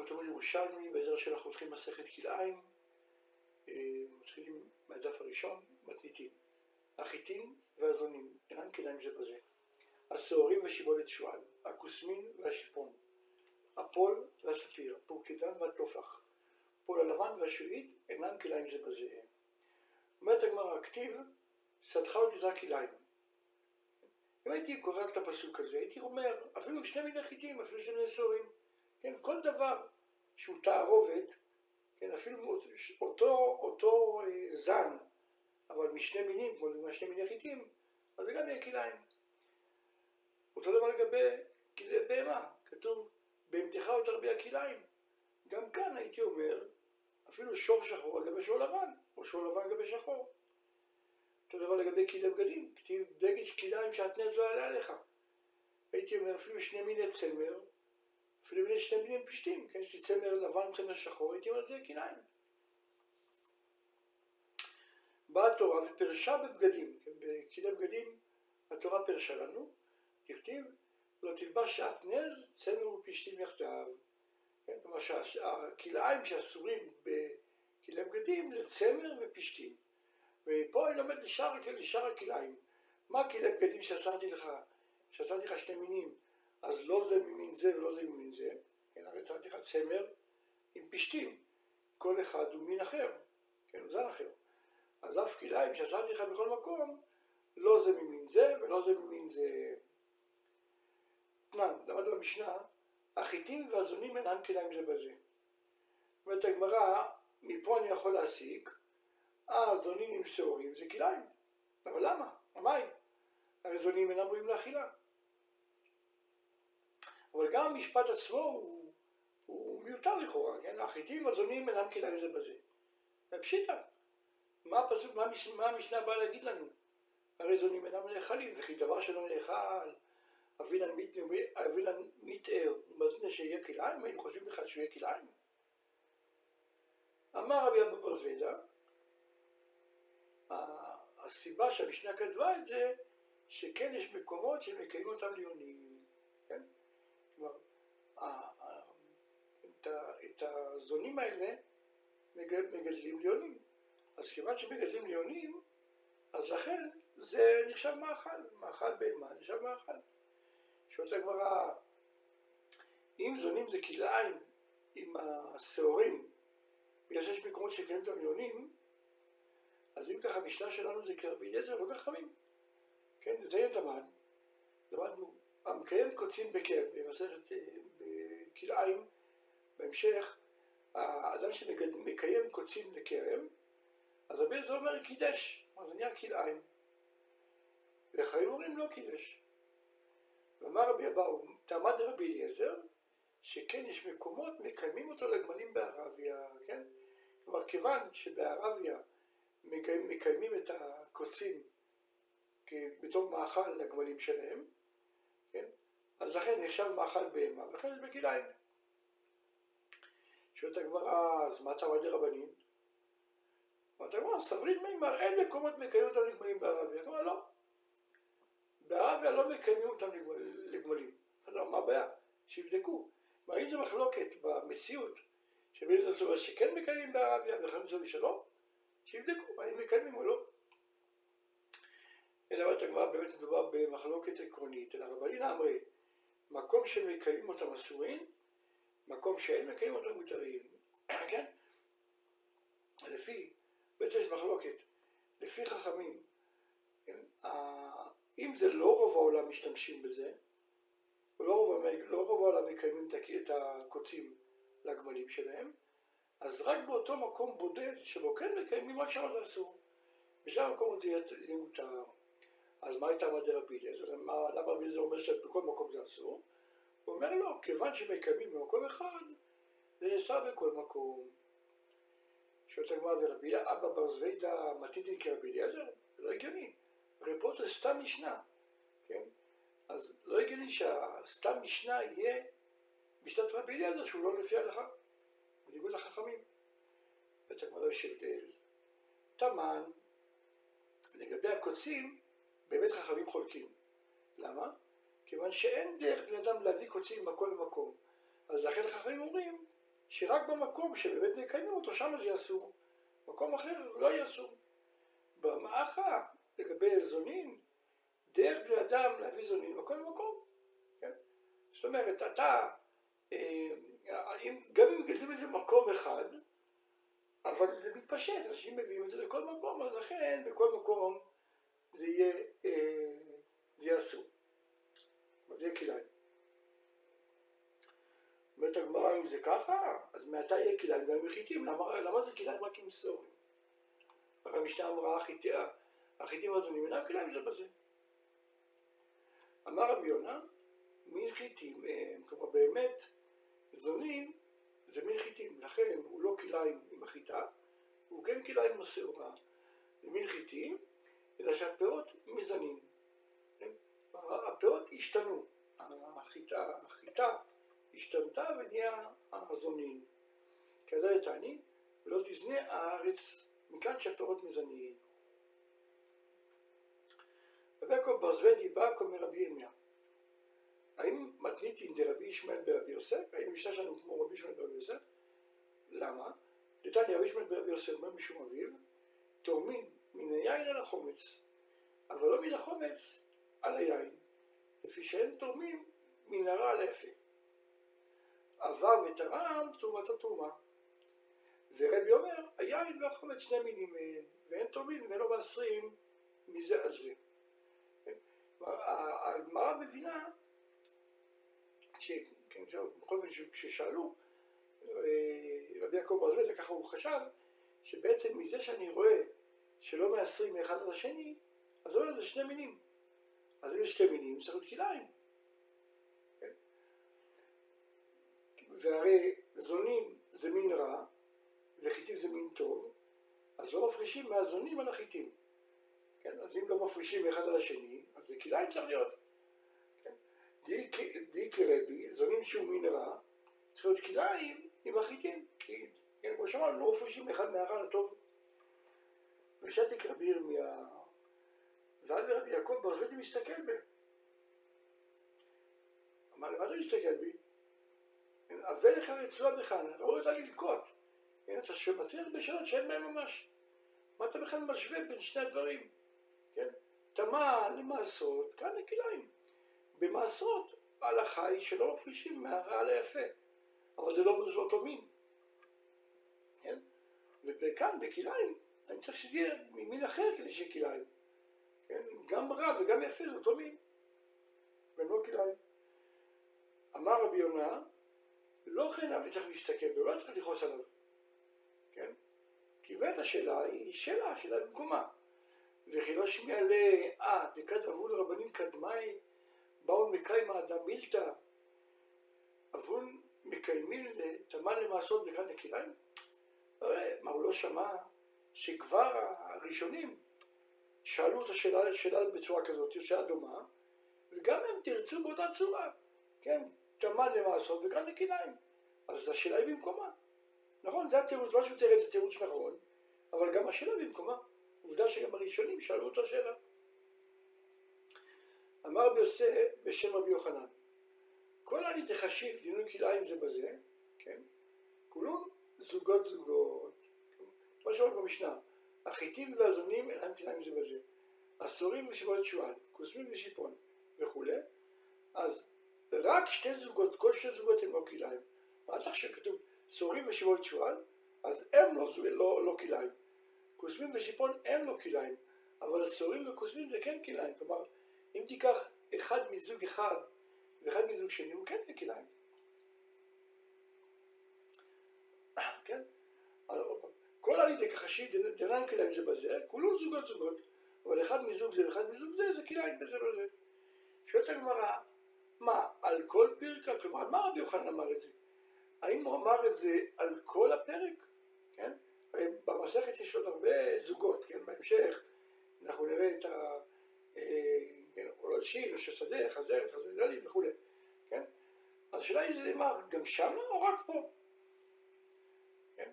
בתלמוד ירושלמי, בעזרת השם אנחנו מתחילים מסכת כלאיים, מתחילים מהדף הראשון, מתניתים. החיטים והזונים, אינם כלאיים זה בזה. השעורים ושיבולת שועל, הכוסמין והשיפון, הפול והספיר, הפורקדן והטופח, פול הלבן והשועית, אינם כלאיים זה בזה. אומרת הגמרא, הכתיב, סדך ותזרע כלאיים. אם הייתי קורא רק את הפסוק הזה, הייתי אומר, אפילו שני מיני חיטים, אפילו שני מיני שעורים. כן, כל דבר שהוא תערובת, כן, אפילו אותו זן, אבל משני מינים, כמו למה שני מיני חיטים, אז זה גם יהיה כלאיים. אותו דבר לגבי כלאי בהמה, כתוב, בהמתך ותרביע כלאיים. גם כאן הייתי אומר, אפילו שור שחור על גבי שור לבן, או שור לבן על גבי שחור. אותו דבר לגבי כלאי בגדים, כתיב בגד כלאיים שעטנז לא יעלה עליך. הייתי אומר, אפילו שני מיני צמר, אפילו שני מינים פשטים, כן, יש לי צמר לבן, צמר שחור, הייתי אומר, זה כלאיים. באה התורה ופרשה בבגדים, כן, בכלאי בגדים התורה פרשה לנו, תכתיב, לא תלבש שעטנז, צמר ופשטים יחדיו. כן, כלומר שהכלאיים שאסורים בכלאי בגדים זה צמר ופשטים. ופה אני לומד לשאר הכלאיים. מה כלאי בגדים שעשרתי לך שני מינים, אז לא זה ממין זה ולא זה ממין זה, כן, הרי צרתי לך צמר עם פשטים, כל אחד הוא מין אחר, כן, הוא זן אחר. אז אף כלאיים שעשרתי לך בכל מקום, לא זה ממין זה ולא זה ממין זה. למד במשנה, החיטים והזונים אינם כלאיים זה בזה. אומרת הגמרא, מפה אני יכול להסיק, הזונים עם שעורים זה כלאיים. אבל למה? ממאי? הרי זונים אינם ראויים לאכילה. אבל גם המשפט עצמו הוא מיותר לכאורה, כן? החיטים והזונים אינם כלאיים זה בזה. פשיטא. מה הפסוק, מה המשנה באה להגיד לנו? הרי זונים אינם נאכלים, וכי דבר שלא נאכל, אבילן מתאר, ומתנה שיהיה כלאיים, היינו חושבים בכלל שהוא יהיה כלאיים. אמר רבי אבא בר זבידא, הסיבה שהמשנה כתבה את זה, שכן יש מקומות שמקיימים אותם ליונים, כן? כלומר, את הזונים האלה מגדלים ליונים. אז כיוון שמגדלים ליונים, אז לכן זה נחשב מאכל בהמה, נחשב מאכל. שואלת הגמרא, אם זונים זה כלאיים עם השעורים, בגלל שיש מקומות שקיימים אותם ליונים, אז אם ככה המשנה שלנו זה כרבי אליעזר לא כך חמים. כן, זה תהיה למדנו, המקיים קוצים בקרב, במסכת בכלאיים, בהמשך, האדם שמקיים קוצים לכרם, אז רבי אליעזר אומר קידש, אז זה נהיה כלאיים. וחיים אומרים לא קידש. ואמר רבי אבאו, תעמד רבי אליעזר, שכן יש מקומות מקיימים אותו לגמלים בערביה, כן? כלומר, כיוון שבערביה מקיימים את הקוצים בתור מאכל לגמלים שלהם, כן? אז לכן נחשב מאכל בהמה, ולכן זה בכלאיים. שואלת הגמרא, אז מה תעמד לרבנין? אמרת הגמרא, סברין מימר, אין מקומות מקיימים אותם לגמלים בערביה. כלומר, לא. בערביה לא מקיימים אותם לגמלים. מה הבעיה? שיבדקו. כלומר, אם זה מחלוקת במציאות, שבאיזה סובר שכן מקיימים בערביה, וכן זו שלא, שיבדקו, האם מקיימים או לא. אלא אומרת הגמרא, באמת מדובר במחלוקת עקרונית, אלא רבנין אמרי, מקום שמקיימים אותם אסורים, מקום שאין מקיימים אותם מותרים. כן? בעצם יש מחלוקת, לפי חכמים, אם זה לא רוב העולם משתמשים בזה, לא רוב העולם מקיימים את הקוצים לגמלים שלהם, אז רק באותו מקום בודד שבו כן מקיימים, רק שם זה אסור. בשביל המקום זה יהיה מותר. אז מה הייתה עמד רבי אליעזר? למה רבי אליעזר אומר שבכל מקום זה אסור? הוא אומר לא, כיוון שמקיימים במקום אחד, זה נעשה בכל מקום. שואלת הגמרא, ורבי אבא בר זבידא מתניתין כרבי אליעזר? זה לא הגיוני. הרי פה זה סתם משנה, כן? אז לא הגיוני שהסתם משנה יהיה בשיטת רבי אליעזר שהוא לא לפי ההלכה, בניגוד לחכמים. בעצם לא יש הבדל. תמן, לגבי הקוצים, באמת חכמים חולקים. למה? כיוון שאין דרך בן אדם להביא קוצים ממקום למקום. אז לכן חכמים אומרים שרק במקום שבאמת מקיימים אותו, שם זה אסור. מקום אחר לא יהיה אסור. ברמה אחת, לגבי זונים, דרך בני אדם להביא זונים מכל מקום. כן? זאת אומרת, אתה, גם אם מגדלים את זה במקום אחד, אבל זה מתפשט, אנשים מביאים את זה לכל מקום, אז לכן בכל מקום זה יהיה אסור. זה יהיה כלאיים. אומרת הגמרא, אם זה ככה, אז מעתה יהיה כלאיים גם מחיתים. למה זה כלאיים רק עם סורים? הרי המשנה אמרה, החיתים הזונים אינם כלאיים זה בזה. אמר רבי יונה, מין חיתים, כלומר באמת, זונים זה מין חיתים, לכן הוא לא כלאיים עם החיטה, הוא כן כלאיים עם השעורה. זה מין חיתים, אלא שהפירות מזנים. הפירות השתנו, החיטה השתנתה ונהיה הזונים. כדאי תעני, ולא תזנה הארץ, מכאן שהפירות מזנים. רבי יעקב בר זבדי בא כמו רבי ירמיה. האם מתניתין דרבי ישמעאל ברבי יוסף? האם המשנה שלנו כמו רבי ישמעאל ברבי יוסף? למה? דתניא רבי ישמעאל ברבי יוסף אומר משום אביו, תורמין מן היין על החומץ, אבל לא מן החומץ על היין, לפי שאין תורמים מן הרע על היפה. עבר ותרם תרומתו תרומה. ורבי אומר, היין והחומץ שני מינים מהם, ואין תורמים ולא מעשרים מזה על זה. הגמרא מבינה, בכל אופן כששאלו, רבי יעקב בר זבדי, ככה הוא חשב, שבעצם מזה שאני רואה שלא מעשרים מאחד על השני, אז הוא אומר, זה שני מינים. אז אם יש שתי מינים, צריך להיות כלאיים. כן? והרי זונים זה מין רע, וחיטים זה מין טוב, אז לא מפרישים מהזונים על החיטים. כן? אז אם לא מפרישים מאחד על השני, אז זה כלאיים צריך להיות. כן? די כרבי, זונים שהוא מין רע, צריך להיות כלאיים עם החיטים. כי, כן, כמו שאמרנו, לא מפרישים מאחד מהרע לטוב. ושתיק רבי ירמיה, ועד רבי יעקב בר זבדי מסתכל בי. אמר, למה אתה מסתכל בי? אבל לך רצועה בחנה, לא רוצה ללקוט. אתה שמצליח בשאלות שאין בהם ממש. מה אתה בכלל משווה בין שני הדברים? כן? תמה למעשות, כאן לכלאיים. במעשות, ההלכה היא שלא מפרישים מהרע ליפה. אבל זה לא אומר שזה אותו מין. כן? וכאן, בכלאיים, אני צריך שזה יהיה ממין אחר כדי שיהיה כלאיים. כן? גם רע וגם יפה זה אותו מין. והם לא כלאיים. אמר רבי יונה, לא כן אבי צריך להסתכל בו, לא צריך לכעוס עליו. כן? כי באמת השאלה היא שאלה במקומה. וכי לא שמיע דקת אבו לרבנים קדמי, באו מקיים האדם מילתא, אבון מקיימים לתמן למעשות וכאן לכלאיים? מה, הוא לא שמע שכבר הראשונים שאלו את השאלה בצורה כזאת, שאלה דומה, וגם הם תרצו באותה צורה, כן? תמן למעשות וכאן לכלאיים. אז השאלה היא במקומה. נכון, זה התירוץ, מה שהוא תראה זה תירוץ נכון, אבל גם השאלה במקומה. עובדה שגם הראשונים שאלו את השאלה. אמר רבי יוסי בשם רבי יוחנן, כל אני תחשיב דינוי כלאיים זה בזה, כן? כולון זוגות. מה שאומרת במשנה, החיטים והזונים אינם כלאיים זה בזה. אסורים ושיבולת שועל, כוסמין ושיפון וכו'. אז רק שתי זוגות, כל שתי זוגות הם לא כלאיים. מה אתה חושב כתוב סורים ושיבולת שועל? אז הם לא כלאיים. כוסמין ושיפון הם לא כלאיים. אבל סורים וכוסמין זה כן כלאיים. כלומר, אם תיקח אחד מזוג אחד ואחד מזוג שני, הוא כן יהיה כלאיים. כן? כל הלידי כחשיב דינן כלאיים זה בזה, כולו זוגות. אבל אחד מזוג זה ואחד מזוג זה כלאיים בזה בזה. שואלת הגמרא, מה, על כל פרקה? כלומר, מה רבי יוחנן אמר את זה? האם הוא אמר את זה על כל הפרק? כן? הרי במסכת יש עוד הרבה זוגות, כן? בהמשך אנחנו נראה את עולשים, ראש השדה, חזרת, חזרלית וכו'. כן? אז השאלה היא זה נאמר גם שמה או רק פה? כן?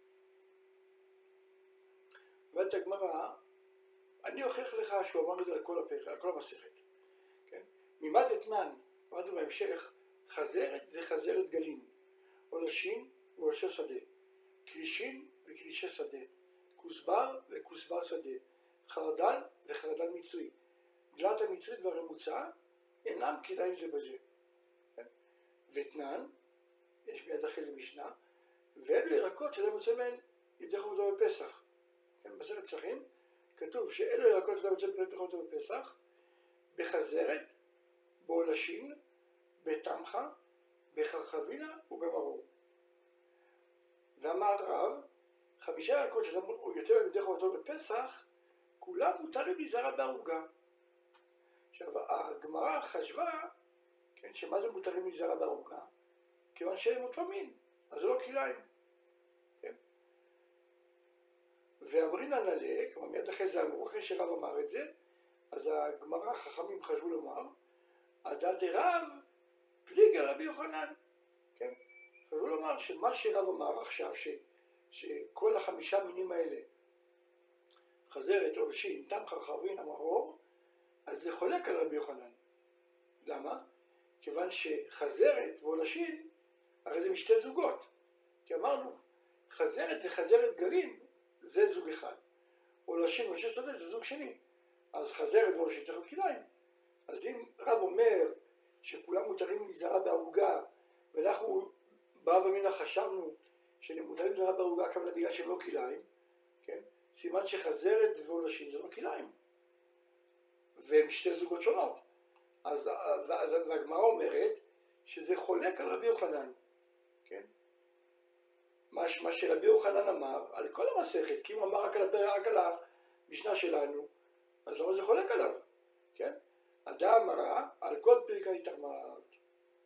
ואת הגמרא, אני הוכיח לך שהוא אמר את זה על כל הפרק, על כל המסכת. כן? ממד אתנן, אמרנו בהמשך, חזרת וחזרת גלים. עולשים וראשי שדה, קרישין וקרישי שדה, כוסבר וכוסבר שדה, חרדל וחרדל מצרי. דלת המצרית והרמוצה אינם כדאיים זה בזה. כן? ותנן, יש מיד אחרי זה משנה, ואלו ירקות שאדם יוצא מהן ידי חובתו בפסח. כן? בסרט פסחים כתוב שאלו ירקות שאדם יוצא ידי חובתו בפסח, בחזרת, בעולשין, בתמחה, בחרחבינה ובמרור. ואמר רב, 5 ירקות שאדם יוצא ידי חובתו בפסח, כולם מותרים לזרע בערוגה. עכשיו, הגמרא חשבה, כן, שמה זה מותרים לזרע בערוגה? כיוון שהם אותו מין, אז זה לא כליים. כן? ואמרינן עליה, כלומר מיד אחרי זה אמרו, אחרי שרב אמר את זה, אז הגמרא, החכמים חשבו לומר, עדה דרב פליגה רבי יוחנן. כן? חשבו לומר שמה שרב אמר עכשיו, שכל 5 מינים האלה, חזרת, עולשין, תמחה, חרחבין, המרור, אז זה חולק על רבי יוחנן. למה? כיוון שחזרת ועולשין, הרי זה משתי זוגות. כי אמרנו, חזרת וחזרת גלים, זה זוג אחד. עולשין ועולשי שדה זה זוג שני. אז חזרת ועולשין צריך להיות כליים. אז אם רב אומר שכולם מותרים לזרע בערוגה, ואנחנו באב המינה חשבנו שמותרים לזרע בערוגה כמובן בגלל שהם לא כליים, כן? סימן שחזרת ועולשין זה לא כליים. והם שתי זוגות שונות. אז הגמרא אומרת שזה חולק על רבי יוחנן. כן? מה שרבי יוחנן אמר על כל המסכת, כי אם הוא אמר רק על המשנה שלנו, אז למה זה חולק עליו? כן? אדם אמרה על כל פרקה התאמרת.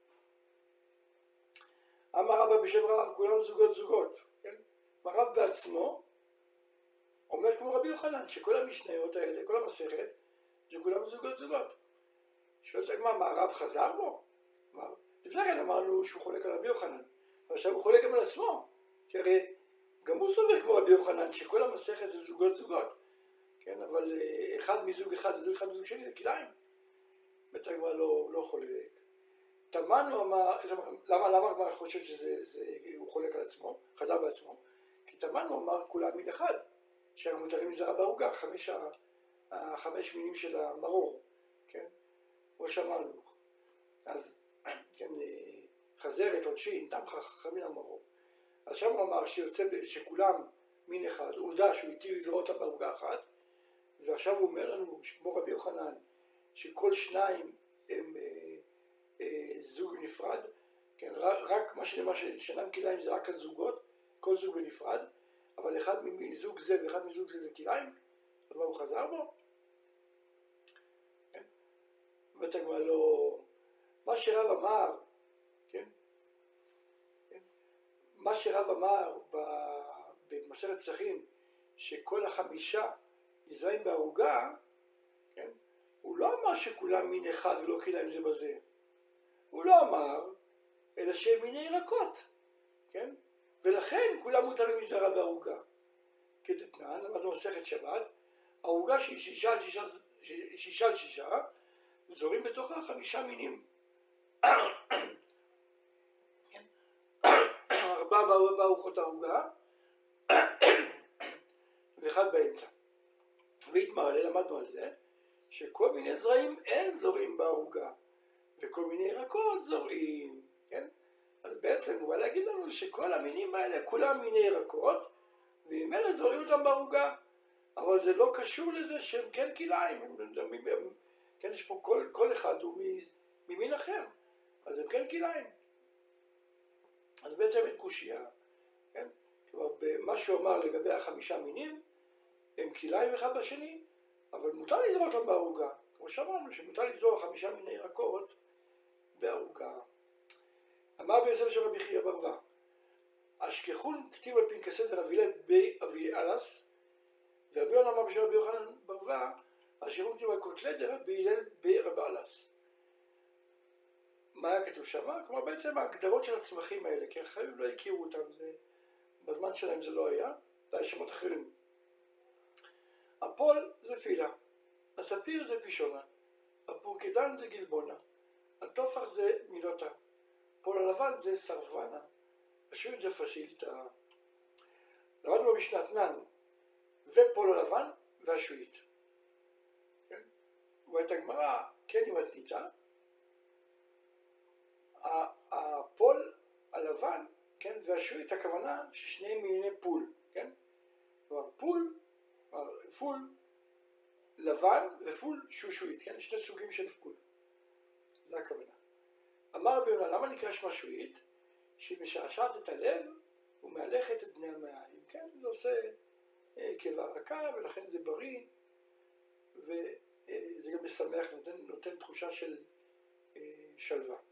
אמר רבא בשם רב, כולם זוגות. כן? הרב בעצמו אומר כמו רבי יוחנן, שכל המשניות האלה, כל המסכת, זה כולם זוגות. שואלת הגמרא, מה הרב חזר בו? לפני כן אמרנו שהוא חולק על רבי יוחנן, ועכשיו הוא חולק גם על עצמו, כי הרי גם הוא סובר כמו רבי יוחנן, שכל המסכת זה זוגות. כן? אבל אחד מזוג אחד וזוג אחד מזוג שני זה כליים. בטח הגמרא לא חולק. תמנו אמר, למה הגמרא חושב שהוא חולק על עצמו, חזר בעצמו? כי תמנו אמר כולם מין אחד, שהרי מותרים לזרע בערוגה, 5 מינים של המרור, כן? כמו שאמרנו. אז, כן, חזרת, עולשין, תמחה, חרחבין, המרור. אז שם הוא אמר שכולם מין אחד, עובדה שהוא הטיל לזרוע אותם בערוגה אחת, ועכשיו הוא אומר לנו, כמו רבי יוחנן, שכל 2 הם זוג נפרד, כן? רק מה שנאמר שאינם כליים זה רק על זוגות, כל זוג בנפרד, אבל אחד מזוג זה ואחד מזוג זה כליים, אז מה הוא חזר בו? כן? בטח מה לא... מה שרב אמר, כן? מה שרב אמר במסכת פסחים, שכל 5 נזרעים בערוגה, כן? הוא לא אמר שכולם מין אחד ולא כליים זה בזה. הוא לא אמר, אלא שהם מיני ירקות, כן? ולכן כולם מותרים לזרע בערוגה. כדתנן, למדנו מסכת שבת, ערוגה שהיא 6 על 6, זורים בתוכה 5 מינים. 4 בארוחות הערוגה, ואחד באמצע. והתמראה, למדנו על זה, שכל מיני זרעים אין זורים בערוגה, וכל מיני ירקות זורעים, כן? אז בעצם הוא בא להגיד לנו שכל המינים האלה כולם מיני ירקות, ועם אלה זורים אותם בערוגה. אבל זה לא קשור לזה שהם כן כליים, כן, יש פה כל אחד הוא ממין אחר, אז הם כן כליים. אז בעצם אין קושיה, כן? כלומר, מה שהוא אמר לגבי 5 מינים, הם כליים אחד בשני, אבל מותר לזרוע אותם בערוגה. כמו שאמרנו, שמותר לזרוע 5 מיני ירקות בערוגה. אמר ביוסף של רבי חייא ברווה, אשכחון כתיב על פנקסי דרבי הלל באבי אלס, ורבי יוחנן אמר בשם רבי יוחנן ברווה, אשכחון כתיב על כותלי דרבי הלל ברבי אלס. מה היה כתוב שם? כלומר בעצם ההגדרות של הצמחים האלה, כי החיים לא הכירו אותם, בזמן שלהם זה לא היה, זה היה שמות אחרים. הפול זה פילה, הספיר זה פישונה, הפורקדן זה גלבונה, התופח זה מילותה, פול הלבן זה סרבנה, השביעית זה פסיליטה. למדנו במשנת נן, זה פול הלבן והשביעית. כן? ואת הגמרא, כן היא מתניתה, הפול הלבן, כן, והשביעית הכוונה ששניהם מיני פול, כן? כלומר פול לבן ופול שושואית, כן? שני סוגים של פול. זה הכוונה. אמר רבי יונה, למה נקרא שמה שביעית? שהיא משעשעת את הלב ומהלכת את בני המעיים, כן? זה עושה קיבה רכה ולכן זה בריא וזה גם משמח, נותן תחושה של שלווה.